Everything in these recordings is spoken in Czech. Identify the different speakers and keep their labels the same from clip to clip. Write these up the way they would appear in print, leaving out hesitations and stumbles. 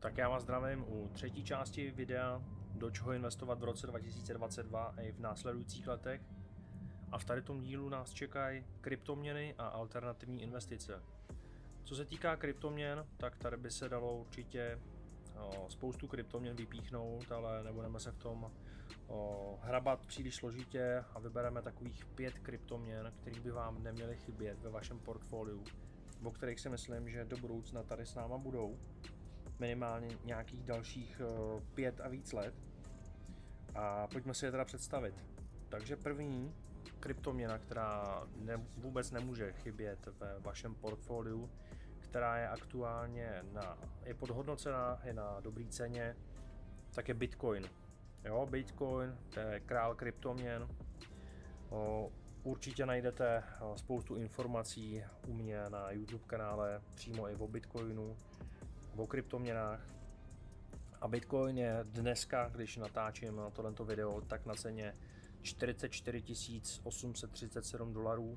Speaker 1: Tak já vás zdravím u třetí části videa, do čeho investovat v roce 2022 a i v následujících letech. A v tady tom dílu nás čekají kryptoměny a alternativní investice. Co se týká kryptoměn, tak tady by se dalo určitě spoustu kryptoměn vypíchnout, ale nebudeme se v tom hrabat příliš složitě a vybereme takových 5 kryptoměn, které by vám neměly chybět ve vašem portfoliu, o kterých si myslím, že do budoucna tady s náma budou minimálně nějakých dalších 5 a víc let. A pojďme si je teda představit. Takže první kryptoměna, která vůbec nemůže chybět ve vašem portfoliu, která je aktuálně je podhodnocená, je na dobré ceně, tak je Bitcoin. Jo, Bitcoin, to je král kryptoměn. Určitě najdete spoustu informací u mě na YouTube kanále, přímo i o Bitcoinu, o kryptoměnách. A Bitcoin je dneska, když natáčím na tohleto video, tak na ceně 44 837 dolarů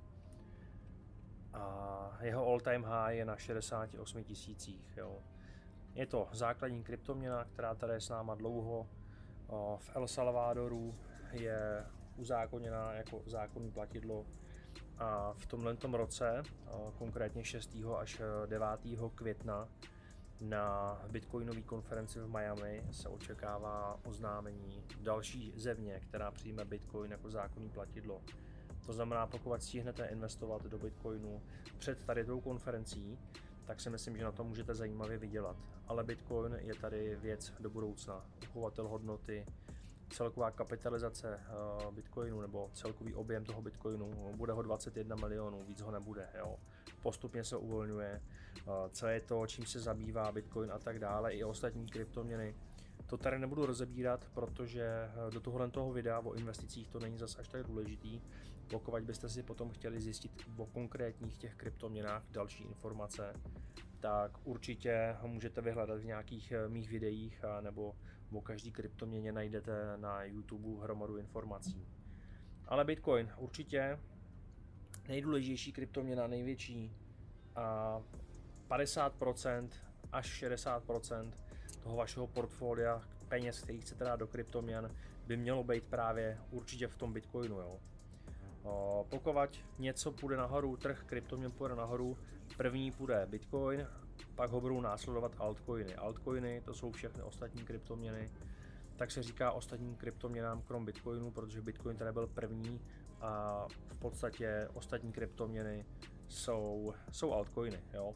Speaker 1: a jeho all time high je na 68 tisících. Je to základní kryptoměna, která tady je s náma dlouho. V El Salvadoru je uzákoněná jako zákonné platidlo a v tomto roce, konkrétně 6. až 9. května, na bitcoinové konferenci v Miami se očekává oznámení další země, která přijme Bitcoin jako zákonné platidlo. To znamená, pokud stihnete investovat do Bitcoinu před tady tou konferencí, tak si myslím, že na to můžete zajímavě vydělat. Ale Bitcoin je tady věc do budoucna. Uchovatel hodnoty, celková kapitalizace Bitcoinu nebo celkový objem toho Bitcoinu, bude ho 21 milionů, víc ho nebude. Postupně se uvolňuje, co je to, čím se zabývá Bitcoin a tak dále, i ostatní kryptoměny. To tady nebudu rozebírat, protože do tohoto videa o investicích to není zas až tak důležitý. Pokud byste si potom chtěli zjistit o konkrétních těch kryptoměnách další informace, tak určitě ho můžete vyhledat v nějakých mých videích, nebo o každý kryptoměně najdete na YouTube hromadu informací. Ale Bitcoin určitě nejdůležitější kryptoměna, největší, a 50% až 60% toho vašeho portfolia peněz, který chcete dát do kryptoměn, by mělo být právě určitě v tom Bitcoinu. Pokud něco půjde nahoru, trh kryptoměn půjde nahoru, první půjde Bitcoin, pak ho budou následovat altcoiny. Altcoiny, to jsou všechny ostatní kryptoměny, tak se říká ostatním kryptoměnám krom Bitcoinu, protože Bitcoin tady byl první a v podstatě ostatní kryptoměny jsou altcoiny.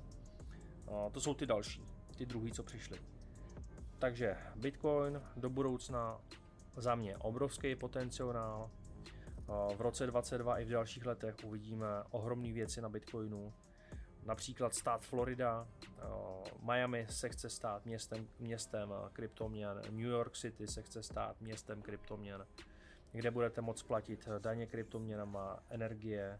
Speaker 1: To jsou ty další, ty druhý, co přišly. Takže Bitcoin do budoucna za mě obrovský potenciál. V roce 2022 i v dalších letech uvidíme ohromné věci na Bitcoinu. Například stát Florida, Miami se chce stát městem kryptoměn, New York City se chce stát městem kryptoměn, kde budete moct platit daně kryptoměnama, energie,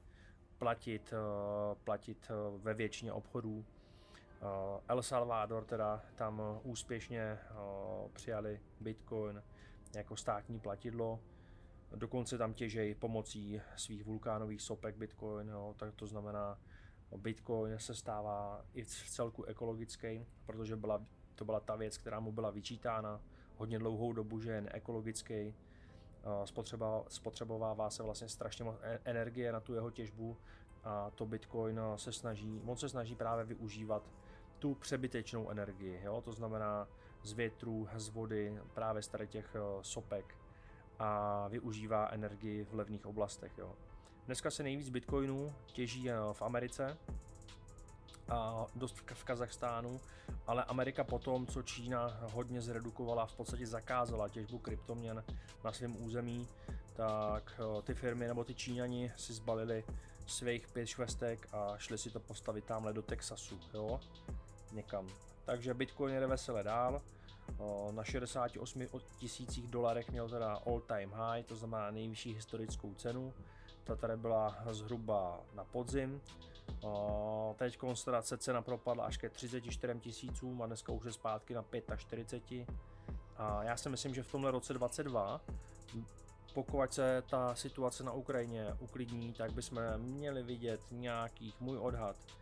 Speaker 1: platit ve většině obchodů. El Salvador teda tam úspěšně přijali Bitcoin jako státní platidlo. Dokonce tam těžejí pomocí svých vulkánových sopek Bitcoin, tak to znamená, Bitcoin se stává i v celku ekologický, protože to byla ta věc, která mu byla vyčítána hodně dlouhou dobu, že je neekologický. Spotřebovává se vlastně strašně moc energie na tu jeho těžbu a to Bitcoin se snaží právě využívat tu přebytečnou energii. To znamená z větru, z vody, právě z těch sopek, a využívá energii v levných oblastech. Dneska se nejvíc Bitcoinů těží v Americe a dost v Kazachstánu, ale Amerika potom, co Čína hodně zredukovala, v podstatě zakázala těžbu kryptoměn na svém území, tak ty firmy nebo ty Číňani si zbalili svých 5 švestek a šli si to postavit tamhle do Texasu, někam. Takže Bitcoin jde vesele dál. Na 68 tisících dolarech měl teda all time high, to znamená nejvyšší historickou cenu. Ta tady byla zhruba na podzim. Teď se cena propadla až ke 34 tisícům a dneska už je zpátky na 45. A já si myslím, že v tomhle roce 2022, pokud se ta situace na Ukrajině uklidní, tak bychom měli vidět nějakých, můj odhad,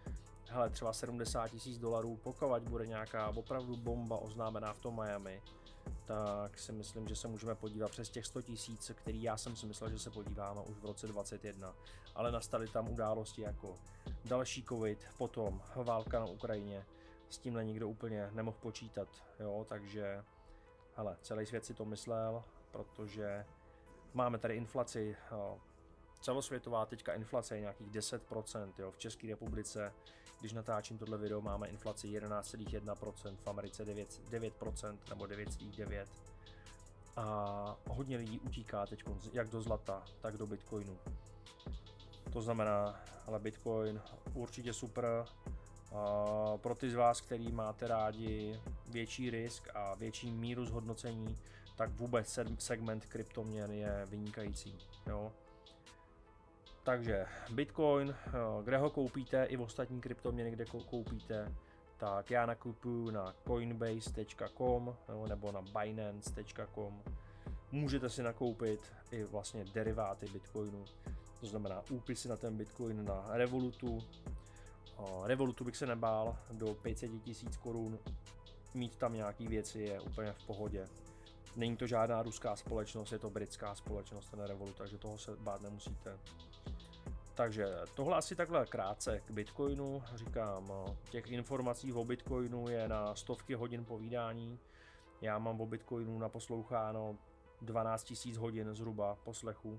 Speaker 1: hele, třeba 70 000 dolarů, pokud bude nějaká opravdu bomba oznámená v tom Miami, tak si myslím, že se můžeme podívat přes těch 100 000, který já jsem si myslel, že se podíváme už v roce 2021. Ale nastaly tam události jako další covid, potom válka na Ukrajině, s tímhle nikdo úplně nemohl počítat, jo, takže hele, celý svět si to myslel, protože máme tady inflaci, celosvětová teďka inflace je nějakých 10%, jo, v České republice, když natáčím tohle video, máme inflaci 11,1%, v Americe 9% nebo 9,9%. A hodně lidí utíká teď jak do zlata, tak do Bitcoinu. To znamená, ale Bitcoin určitě super. Pro ty z vás, který máte rádi větší risk a větší míru zhodnocení, tak vůbec segment kryptoměn je vynikající. Jo. Takže Bitcoin, kde ho koupíte, i v ostatní kryptoměny, kde koupíte, tak já nakupuju na coinbase.com nebo na binance.com. Můžete si nakoupit i vlastně deriváty Bitcoinu, to znamená úpisy na ten Bitcoin na Revolutu. Revolutu bych se nebál, do 500 000 korun mít tam nějaký věci je úplně v pohodě. Není to žádná ruská společnost, je to britská společnost, ten Revolut, takže toho se bát nemusíte. Takže tohle asi takhle krátce k Bitcoinu. Říkám, těch informací o Bitcoinu je na stovky hodin povídání. Já mám o Bitcoinu naposloucháno 12 000 hodin zhruba poslechu.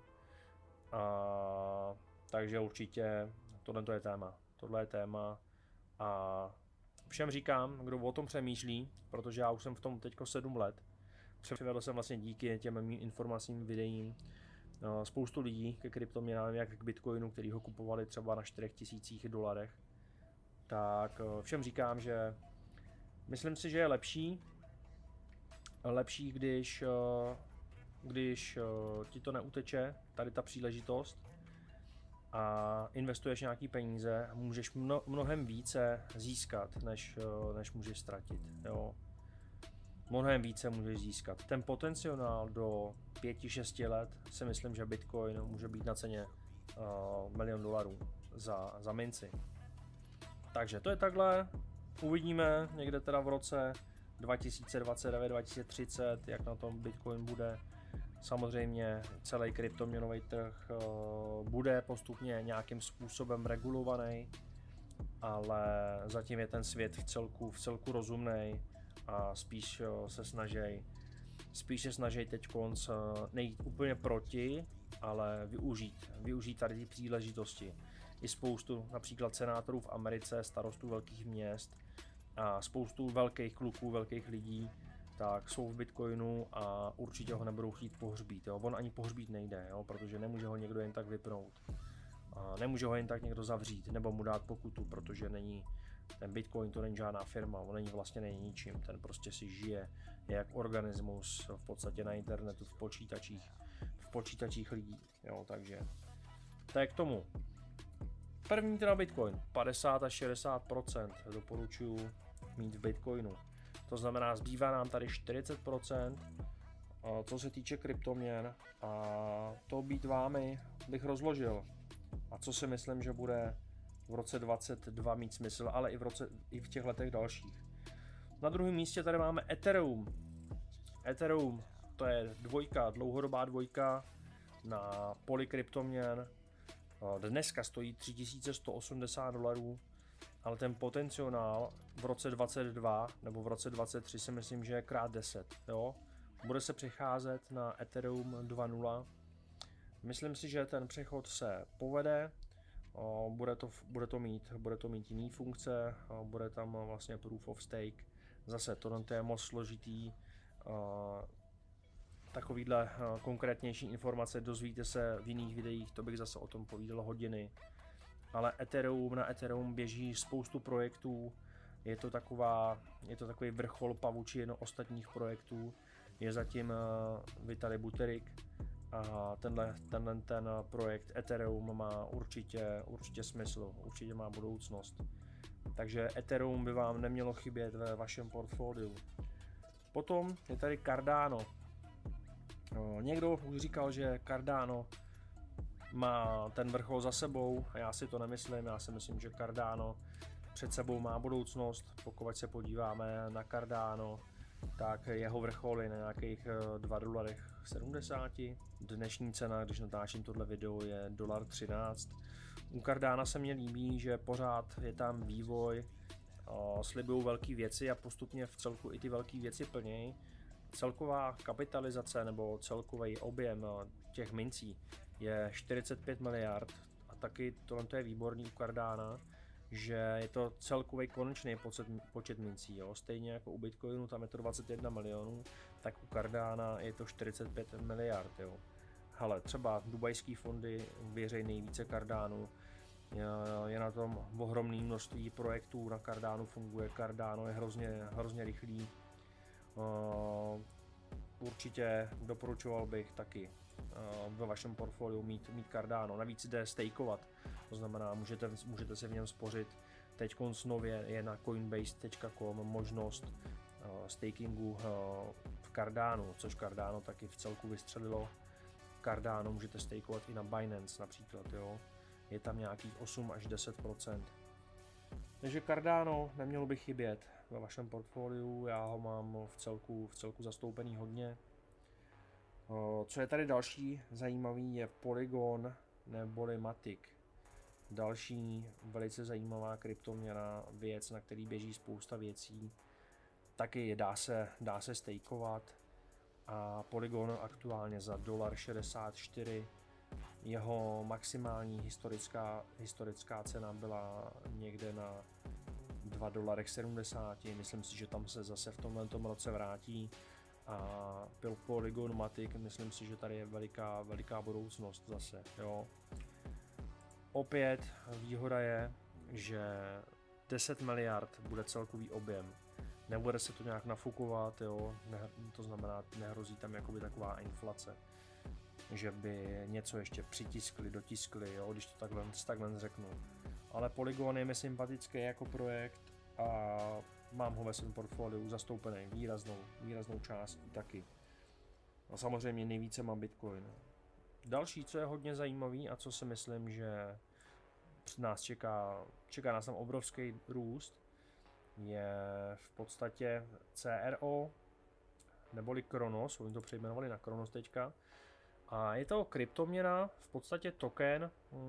Speaker 1: Takže určitě tohle je téma. A všem říkám, kdo o tom přemýšlí, protože já už jsem v tom teďko 7 let. Přivedl jsem vlastně díky těm mým informacím, videím spoustu lidí ke kryptoměnám, jak k Bitcoinu, který ho kupovali třeba na 4 000 dolarech. Tak všem říkám, že myslím si, že je lepší, když ti to neuteče, tady ta příležitost, a investuješ nějaký peníze, můžeš mnohem více získat, než můžeš ztratit. Jo. Mnohem více můžeš získat. Ten potenciál do 5-6 let si myslím, že Bitcoin může být na ceně $1 milion za minci. Takže to je takhle. Uvidíme někde teda v roce 2029-2030, jak na tom Bitcoin bude. Samozřejmě celý kryptoměnový trh bude postupně nějakým způsobem regulovaný, ale zatím je ten svět v celku rozumný a spíš se snaží teď nejít úplně proti, ale využít tady ty příležitosti. I spoustu například senátorů v Americe, starostů velkých měst a spoustu velkých kluků, velkých lidí, tak jsou v Bitcoinu a určitě ho nebudou chtít pohřbít. Jo. On ani pohřbít nejde, jo, protože nemůže ho někdo jen tak vypnout. A nemůže ho jen tak někdo zavřít nebo mu dát pokutu, protože ten Bitcoin to není žádná firma, on není ničím, ten prostě si žije, je jak organismus v podstatě na internetu, v počítačích lidí, jo, takže to je k tomu. První teda Bitcoin, 50 až 60% doporučuji mít v Bitcoinu. To znamená, zbývá nám tady 40%, co se týče kryptoměn, a to být vámi bych rozložil. A co si myslím, že bude v roce 2022 mít smysl, ale i v těch letech dalších. Na druhém místě tady máme Ethereum. Ethereum, to je dlouhodobá dvojka na poli kryptoměn. Dneska stojí $3180, ale ten potenciál v roce 2022 nebo v roce 2023 si myslím, že je krát 10. Jo? Bude se přecházet na Ethereum 2.0. Myslím si, že ten přechod se povede. Bude to mít jiný funkce, bude tam vlastně proof of stake. Zase to je moc složitý. Takovýhle konkrétnější informace dozvíte se v jiných videích, to bych zase o tom povídal hodiny. Ale na Ethereum běží spoustu projektů, je to takový vrchol pavučin ostatních projektů. Je zatím Vitalik Buterin a ten projekt Ethereum má určitě smysl, určitě má budoucnost. Takže Ethereum by vám nemělo chybět ve vašem portfoliu. Potom je tady Cardano. Někdo už říkal, že Cardano má ten vrchol za sebou, a já si to nemyslím, já si myslím, že Cardano před sebou má budoucnost. Pokud se podíváme na Cardano, tak jeho vrchol je na nějakých $2,70. Dnešní cena, když natáčím tohle video, je $1,13. U Cardana se mně líbí, že pořád je tam vývoj, slibují velké věci a postupně v celku i ty velké věci plnějí. Celková kapitalizace nebo celkový objem těch mincí je 45 miliard a taky tohle je výborný u Cardana, že je to celkový konečný počet mincí. Jo. Stejně jako u Bitcoinu tam je to 21 milionů, tak u Cardana je to 45 miliard. Jo. Hele, třeba dubajský fondy věří nejvíce Cardanu, je na tom ohromné množství projektů, na Cardanu funguje, Cardano je hrozně rychlý. Určitě doporučoval bych taky ve vašem portfoliu mít Cardano. Navíc jde stakeovat, to znamená, můžete si v něm spořit. Teď nově je na coinbase.com možnost stakingu v Cardanu, což Cardano taky v celku vystřelilo. Cardano můžete stakeovat i na Binance například, jo. Je tam nějakých 8 až 10%. Takže Cardano nemělo by chybět ve vašem portfoliu, já ho mám v celku zastoupený hodně. Co je tady další zajímavý je Polygon neboli Matic. Další velice zajímavá kryptoměna, věc, na který běží spousta věcí. Taky dá se stakeovat a Polygon aktuálně za $1,64. Jeho maximální historická cena byla někde na $2,70. Myslím si, že tam se zase v tomto roce vrátí. A Polygon Matic, myslím si, že tady je veliká budoucnost zase. Jo. Opět výhoda je, že 10 miliard bude celkový objem. Nebude se to nějak nafukovat, jo. To znamená, nehrozí tam jakoby taková inflace, že by něco ještě přitiskli, dotiskli, jo, když to takhle řeknu. Ale Polygon je mi sympatický jako projekt a mám ho ve svém portfoliu zastoupený výraznou částí taky. A samozřejmě nejvíce mám Bitcoin. Další, co je hodně zajímavý a co si myslím, že nás čeká nás tam obrovský růst, je v podstatě CRO, neboli Kronos, oni to přejmenovali na Kronos teďka. A je to kryptoměna, v podstatě token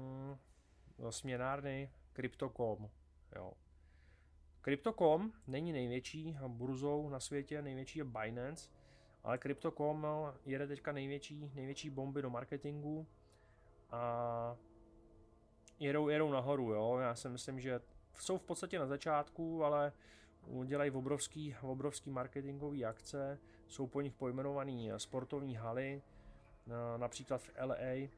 Speaker 1: směnárny Crypto.com. Jo. Crypto.com není největší burzou na světě, největší je Binance, ale Crypto.com jede teďka největší bomby do marketingu a jedou nahoru. Jo. Já si myslím, že jsou v podstatě na začátku, ale dělají obrovský marketingové akce, jsou po nich pojmenované sportovní haly, například v LA,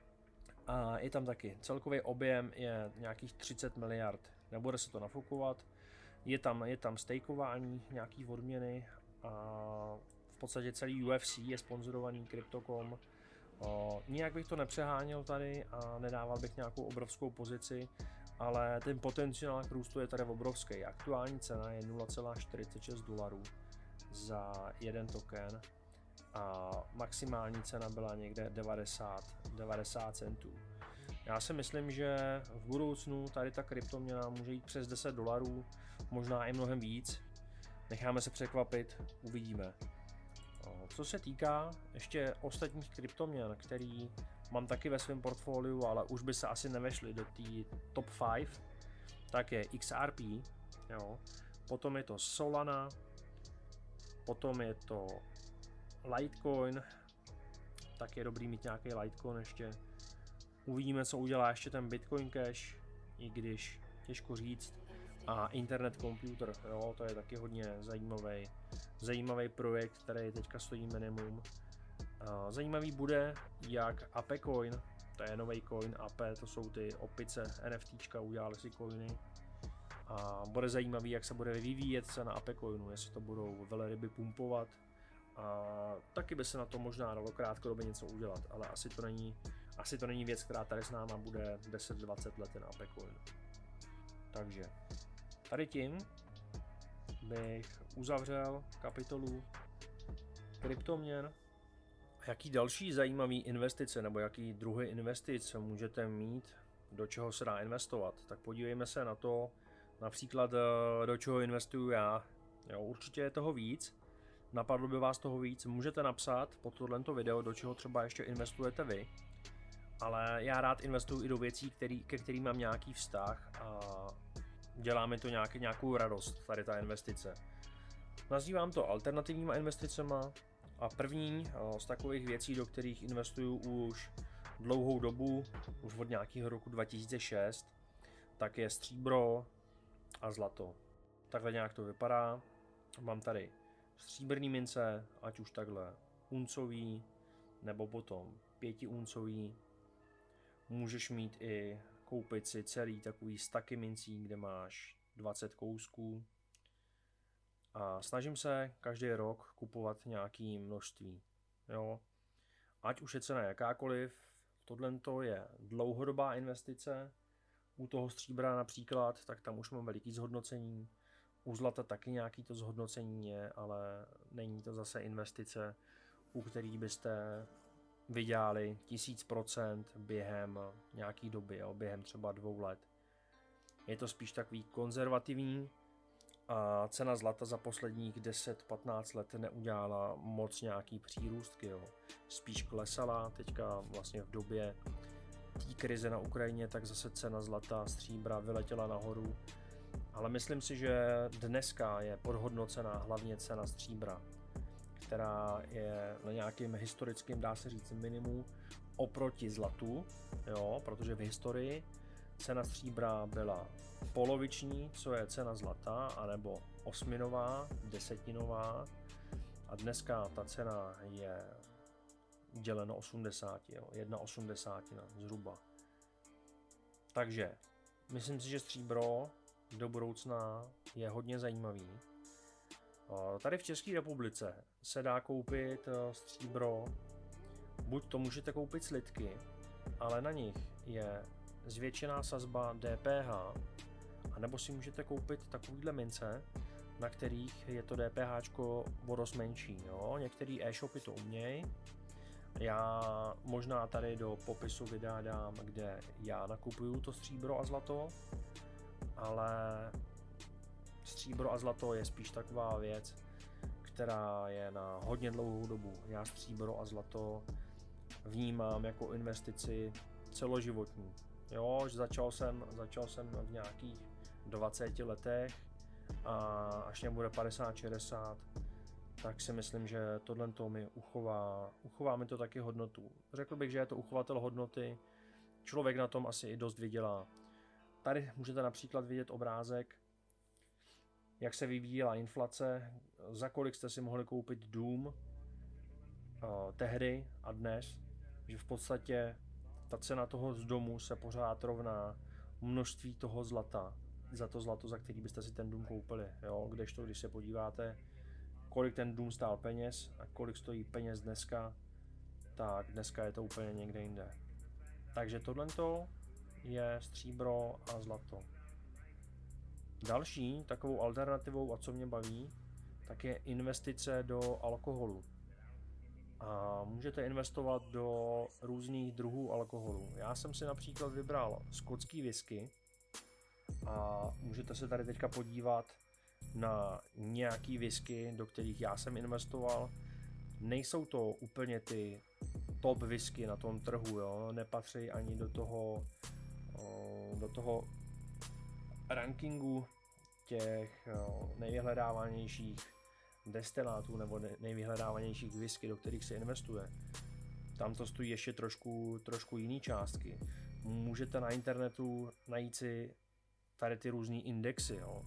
Speaker 1: a je tam taky celkový objem je nějakých 30 miliard. Nebude se to nafukovat, je tam stakeování, nějaký odměny a v podstatě celý UFC je sponzorovaný Crypto.com. Nijak bych to nepřeháněl tady a nedával bych nějakou obrovskou pozici, ale ten potenciál k růstu je tady obrovský. Aktuální cena je $0,46 za jeden token a maximální cena byla někde 90 centů. Já si myslím, že v budoucnu tady ta kryptoměna může jít přes $10, možná i mnohem víc. Necháme se překvapit, uvidíme. Co se týká ještě ostatních kryptoměn, který mám taky ve svém portfoliu, ale už by se asi nevešly do té top 5, tak je XRP, jo. Potom je to Solana, potom je to Litecoin, tak je dobrý mít nějaký Litecoin ještě. Uvidíme, co udělá ještě ten Bitcoin Cash, i když těžko říct. A Internet Computer, jo, to je taky hodně zajímavý projekt, který teďka stojí minimum. Zajímavý bude, jak Apecoin, to je nový coin, Ape, to jsou ty opice, NFTčka, udělali si coiny. A bude zajímavý, jak se bude vyvíjet cena Apecoinu, jestli to budou velryby pumpovat. A taky by se na to možná dalo krátkodobě něco udělat, ale asi to není věc, která tady s náma bude 10-20 let na Apecoin. Takže tady tím bych uzavřel kapitolu kryptoměn. Jaký další zajímavý investice nebo jaký druhy investic můžete mít, do čeho se dá investovat, tak podívejme se na to, například do čeho investuju já. Jo, určitě je toho víc. Napadlo by vás toho víc, můžete napsat pod tohleto video, do čeho třeba ještě investujete vy. Ale já rád investuju i do věcí, ke kterým mám nějaký vztah a dělá mi to nějakou radost, tady ta investice. Nazývám to alternativníma investicema a první z takových věcí, do kterých investuju už dlouhou dobu, už od nějakého roku 2006, tak je stříbro a zlato. Takhle nějak to vypadá. Mám tady stříbrný mince, ať už takhle uncový, nebo potom 5uncový. Můžeš mít i koupit si celý takový staky mincí, kde máš 20 kousků. A snažím se každý rok kupovat nějaké množství. Jo? Ať už je cena jakákoliv, tohle je dlouhodobá investice. U toho stříbra například, tak tam už mám veliký zhodnocení. U zlata taky nějaký to zhodnocení je, ale není to zase investice, u který byste vydělali 1000% během nějaký doby, jo? Během třeba 2 let. Je to spíš takový konzervativní a cena zlata za posledních 10-15 let neudělala moc nějaký přírůstky. Jo? Spíš klesala, teďka vlastně v době té krize na Ukrajině, tak zase cena zlata, stříbra vyletěla nahoru. Ale myslím si, že dneska je podhodnocená hlavně cena stříbra, která je na nějakým historickým, dá se říct, minimu oproti zlatu, jo, protože v historii cena stříbra byla poloviční, co je cena zlata, anebo osminová, desetinová, a dneska ta cena je děleno 80, jo, 1,80 zhruba. Takže myslím si, že stříbro do budoucna je hodně zajímavý. Tady v České republice se dá koupit stříbro, buď to můžete koupit slitky, ale na nich je zvětšená sazba DPH, anebo si můžete koupit takovýhle mince, na kterých je to DPH o dost menší. Jo? Některý e-shopy to umějí. Já možná tady do popisu videa dám, kde já nakupuju to stříbro a zlato, ale stříbro a zlato je spíš taková věc, která je na hodně dlouhou dobu. Já stříbro a zlato vnímám jako investici celoživotní. Jo, začal jsem v nějakých 20 letech a až mě bude 50-60, tak si myslím, že tohle mi uchová mi to taky hodnotu. Řekl bych, že je to uchovatel hodnoty, člověk na tom asi i dost vydělá. Tady můžete například vidět obrázek, jak se vyvíjela inflace, za kolik jste si mohli koupit dům tehdy a dnes, že v podstatě ta cena toho z domu se pořád rovná množství toho zlata, za to zlato, za který byste si ten dům koupili. Jo? Kdežto, když se podíváte, kolik ten dům stál peněz a kolik stojí peněz dneska, tak dneska je to úplně někde jinde. Takže tohle je stříbro a zlato. Další takovou alternativou, a co mě baví, tak je investice do alkoholu. A můžete investovat do různých druhů alkoholu. Já jsem si například vybral skotský whisky a můžete se tady teďka podívat na nějaký whisky, do kterých já jsem investoval. Nejsou to úplně ty top whisky na tom trhu, jo? Nepatří ani do toho rankingu těch nejvyhledávanějších destilátů nebo nejvyhledávanějších whisky, do kterých se investuje. Tam to stojí ještě trošku jiný částky. Můžete na internetu najít si tady ty různý indexy, jo,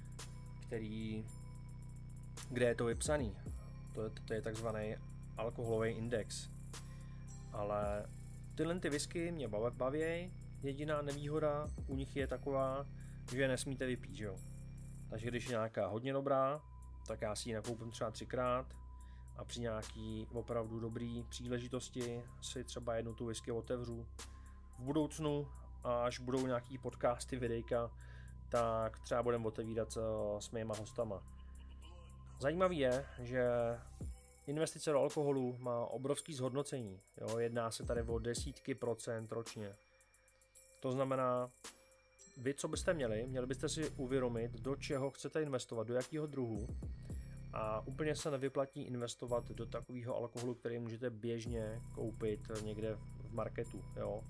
Speaker 1: kde je to vypsaný. To je takzvaný alkoholový index. Ale tyhle ty whisky mě baví. Jediná nevýhoda u nich je taková, že je nesmíte vypít, jo. Takže když je nějaká hodně dobrá, tak já si ji nakoupím třeba 3krát a při nějaký opravdu dobrý příležitosti si třeba jednu tu whisky otevřu. V budoucnu, až budou nějaký podcasty, videjka, tak třeba budeme otevírat s mýma hostama. Zajímavý je, že investice do alkoholu má obrovský zhodnocení. Jo? Jedná se tady o desítky procent ročně. To znamená, vy, co byste měli byste si uvědomit, do čeho chcete investovat, do jakého druhu. A úplně se nevyplatí investovat do takového alkoholu, který můžete běžně koupit někde v marketu. Jo.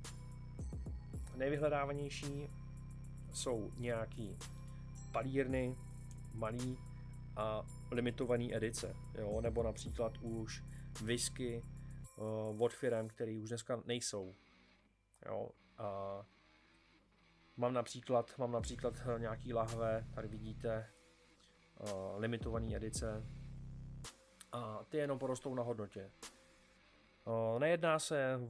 Speaker 1: Nejvyhledávanější jsou nějaký palírny, malý a limitovaný edice. Jo. Nebo například už whisky od firem, které už dneska nejsou. Jo. A mám například nějaký lahve, tady vidíte limitované edice a ty jenom porostou na hodnotě. Nejedná se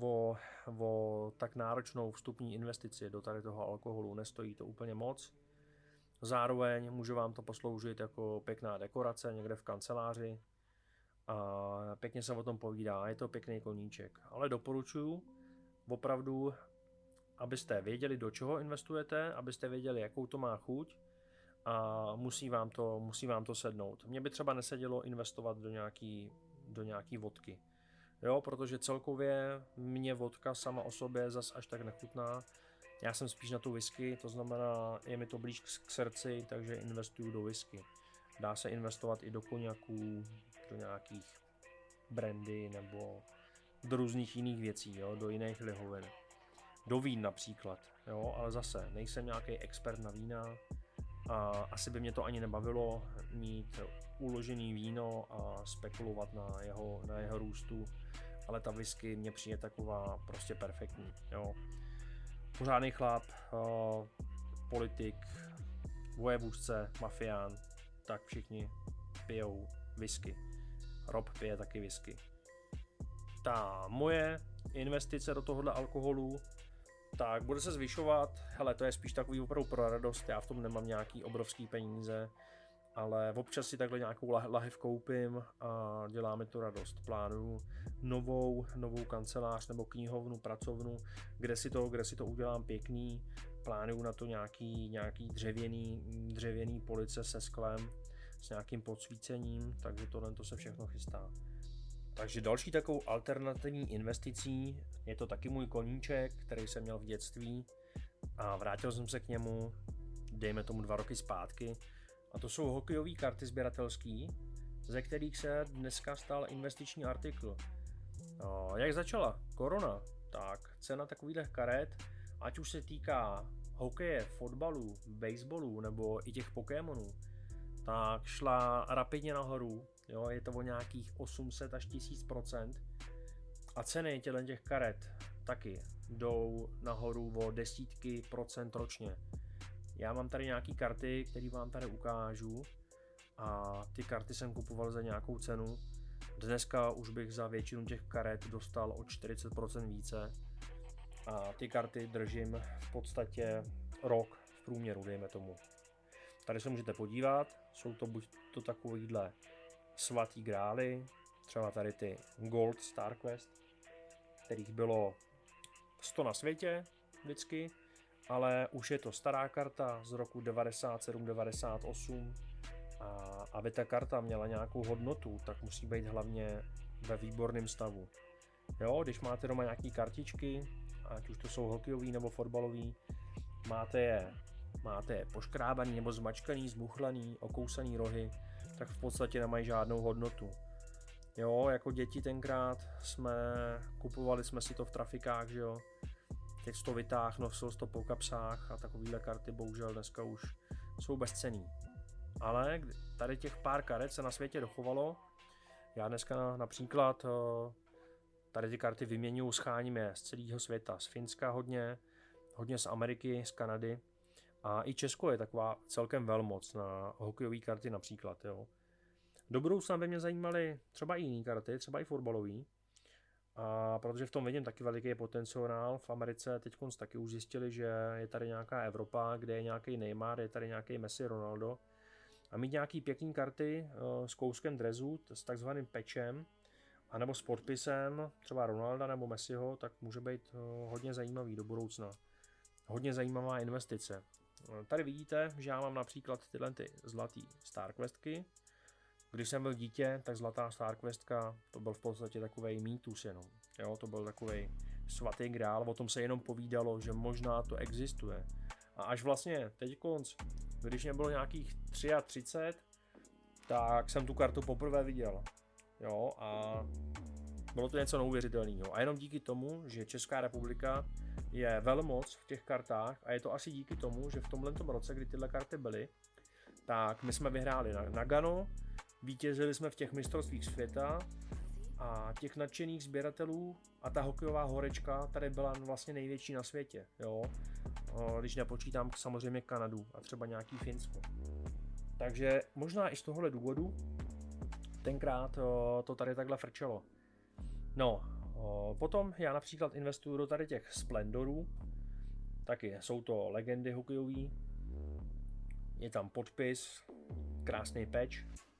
Speaker 1: o tak náročnou vstupní investici do tady toho alkoholu, nestojí to úplně moc. Zároveň může vám to posloužit jako pěkná dekorace někde v kanceláři a pěkně se o tom povídá, je to pěkný koníček. Ale doporučuji opravdu, abyste věděli, do čeho investujete, abyste věděli, jakou to má chuť a musí vám to sednout. Mně by třeba nesedělo investovat do nějaký vodky. Jo, protože celkově mě vodka sama o sobě zas až tak nechutná. Já jsem spíš na tu whisky, to znamená, je mi to blíž k srdci, takže investuju do whisky. Dá se investovat i do koněků, do nějakých brandy nebo do různých jiných věcí, jo, do jiných lihovin. Do vín například, jo, ale zase nejsem nějaký expert na vína a asi by mě to ani nebavilo mít uložený víno a spekulovat na jeho růstu, ale ta whisky mně přijde taková prostě perfektní, jo. Pořádný chlap, politik, vojevůdce, mafián, tak všichni pijou whisky. Rob pije taky whisky. Ta moje investice do tohohle alkoholu tak bude se zvyšovat, hele, to je spíš takový opravdu pro radost, já v tom nemám nějaký obrovský peníze, ale občas si takhle nějakou lahev koupím a dělá mi to radost. Plánuju novou kancelář nebo knihovnu, pracovnu, kde si to udělám pěkný, plánuju na to nějaký dřevěný police se sklem, s nějakým podsvícením, takže tohle se všechno chystá. Takže další takovou alternativní investicí je to taky můj koníček, který jsem měl v dětství a vrátil jsem se k němu, dejme tomu 2 roky zpátky. A to jsou hokejové karty sběratelský, ze kterých se dneska stal investiční artikl. Jak začala korona, tak cena takovýchhle karet, ať už se týká hokeje, fotbalu, baseballu nebo i těch Pokémonů, tak šla rapidně nahoru. Jo, je to o nějakých 800 až 1000% a ceny těch karet taky jdou nahoru o desítky procent ročně. Já mám tady nějaký karty, které vám tady ukážu a ty karty jsem kupoval za nějakou cenu. Dneska už bych za většinu těch karet dostal o 40% více a ty karty držím v podstatě rok v průměru, dejme tomu. Tady se můžete podívat, jsou to buď to takovýhle svatý grály, třeba tady ty Gold Star Quest, kterých bylo 100 na světě vždycky, ale už je to stará karta z roku 97-98 a aby ta karta měla nějakou hodnotu, tak musí být hlavně ve výborném stavu. Jo, když máte doma nějaký kartičky, ať už to jsou hokejový nebo fotbalový, máte je poškrábaný nebo zmačkaný, zmuchlaný, okousaný rohy, tak v podstatě nemají žádnou hodnotu. Jo, jako děti tenkrát kupovali jsme si to v trafikách, že jo. Teď to vytáh, nosil to po kapsách a takovýhle karty bohužel dneska už jsou bezcenný. Ale tady těch pár karet se na světě dochovalo. Já dneska například tady ty karty vyměňuju, scháním je z celého světa. Z Finska hodně z Ameriky, z Kanady. A i Česko je taková celkem velmoc na hokejové karty například. Jo. Do budoucna by mě zajímaly třeba i jiné karty, třeba i fotbalový. A protože v tom vidím taky veliký potenciál. V Americe teď taky už zjistili, že je tady nějaká Evropa, kde je nějaký Neymar, je tady nějaký Messi, Ronaldo. A mít nějaký pěkný karty s kouskem dresu, s takzvaným patchem, anebo s podpisem, třeba Ronalda nebo Messiho, tak může být hodně zajímavý do budoucna. Hodně zajímavá investice. Tady vidíte, že já mám například tyhle zlatý StarQuestky. Když jsem byl dítě, tak zlatá StarQuestka, to byl v podstatě takovej mýtus jenom. Jo, to byl takovej svatý grál, o tom se jenom povídalo, že možná to existuje. A až vlastně teď konc, když mě bylo nějakých 33, tak jsem tu kartu poprvé viděl. Jo, a bylo to něco neuvěřitelného. A jenom díky tomu, že Česká republika je velmoc v těch kartách, a je to asi díky tomu, že v tomhletom roce, kdy tyhle karty byly, tak my jsme vyhráli na Nagano, vítězili jsme v těch mistrovstvích světa a těch nadšených sběratelů a ta hokejová horečka tady byla vlastně největší na světě, jo. Když nepočítám samozřejmě Kanadu a třeba nějaký Finsko. Takže možná i z tohohle důvodu tenkrát to tady takhle frčelo. No, potom já například investuju do tady těch Splendorů, taky jsou to legendy hokejový, je tam podpis, krásný patch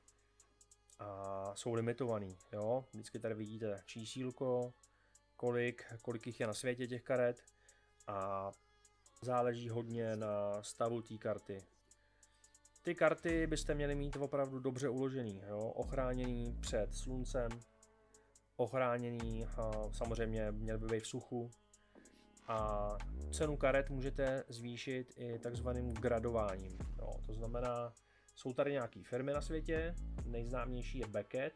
Speaker 1: a jsou limitovaný, jo, vždycky tady vidíte čísílko, kolik jich je na světě těch karet a záleží hodně na stavu té karty. Ty karty byste měli mít opravdu dobře uložený, jo? Ochráněný před sluncem, ochráněný, samozřejmě měl by být v suchu. A cenu karet můžete zvýšit i takzvaným gradováním. Jo? To znamená, jsou tady nějaké firmy na světě, nejznámější je Beckett.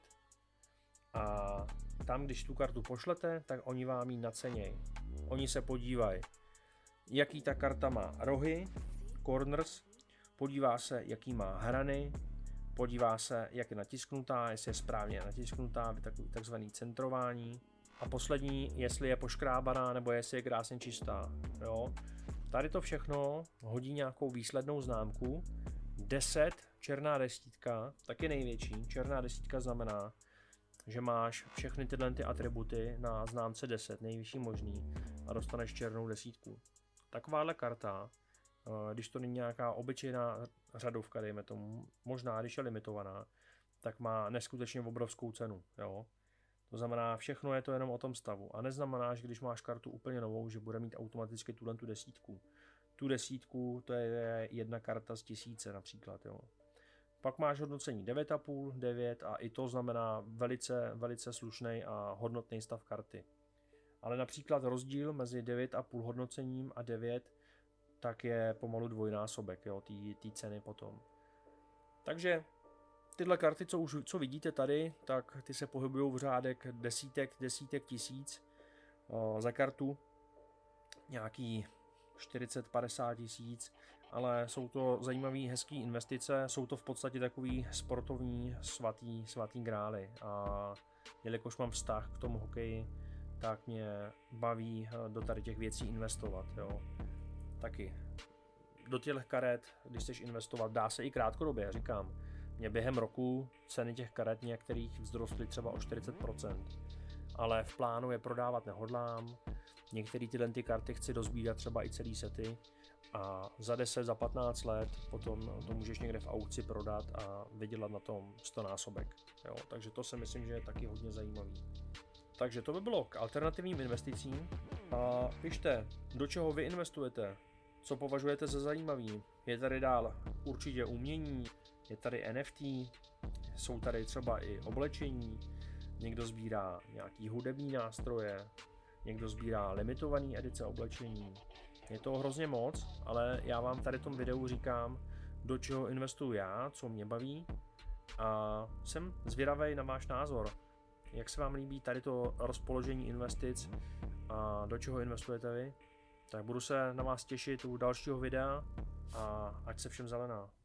Speaker 1: A tam, když tu kartu pošlete, tak oni vám ji nacenějí. Oni se podívají, jaký ta karta má rohy, corners, podívá se, jaký má hrany, podívá se, jak je natisknutá, jestli je správně natisknutá, takzvaný centrování. A poslední, jestli je poškrábaná nebo jestli je krásně čistá. Jo. Tady to všechno hodí nějakou výslednou známku. 10, černá desítka, taky největší. Černá desítka znamená, že máš všechny tyhle ty atributy na známce 10, nejvyšší možný, a dostaneš černou desítku. Takováhle karta, když to není nějaká obyčejná řadovka, dejme tomu, možná když je limitovaná, tak má neskutečně obrovskou cenu. Jo? To znamená, všechno je to jenom o tom stavu. A neznamená, že když máš kartu úplně novou, že bude mít automaticky tu desítku. Tu desítku, to je jedna karta z 1000 například. Jo? Pak máš hodnocení 9,5, 9 a i to znamená velice slušný a hodnotný stav karty. Ale například rozdíl mezi 9,5 hodnocením a 9 tak je pomalu dvojnásobek té ceny potom. Takže tyhle karty, co vidíte tady, tak ty se pohybují v řádek desítek tisíc za kartu. Nějaký 40-50 tisíc, ale jsou to zajímavé, hezké investice, jsou to v podstatě takový sportovní svatý grály. A jelikož mám vztah k tomu hokeji, tak mě baví do tady těch věcí investovat. Jo. Taky do těch karet, když chceš investovat, dá se i krátkodobě, říkám. Mě během roku ceny těch karet některých vzrostly třeba o 40%, ale v plánu je prodávat nehodlám. Některé ty karty chci dozbírat třeba i celý sety a za 10, za 15 let potom to můžeš někde v aukci prodat a vydělat na tom 100násobek. Jo, takže to si myslím, že je taky hodně zajímavý. Takže to by bylo k alternativním investicím. A pište, do čeho vy investujete, co považujete za zajímavý. Je tady dál určitě umění, je tady NFT, jsou tady třeba i oblečení, někdo sbírá nějaký hudební nástroje, někdo sbírá limitované edice oblečení. Je to hrozně moc, ale já vám tady v tom videu říkám, do čeho investuju já, co mě baví, a jsem zvědavý na váš názor. Jak se vám líbí tady to rozpoložení investic a do čeho investujete vy? Tak budu se na vás těšit u dalšího videa a ať se všem zelená.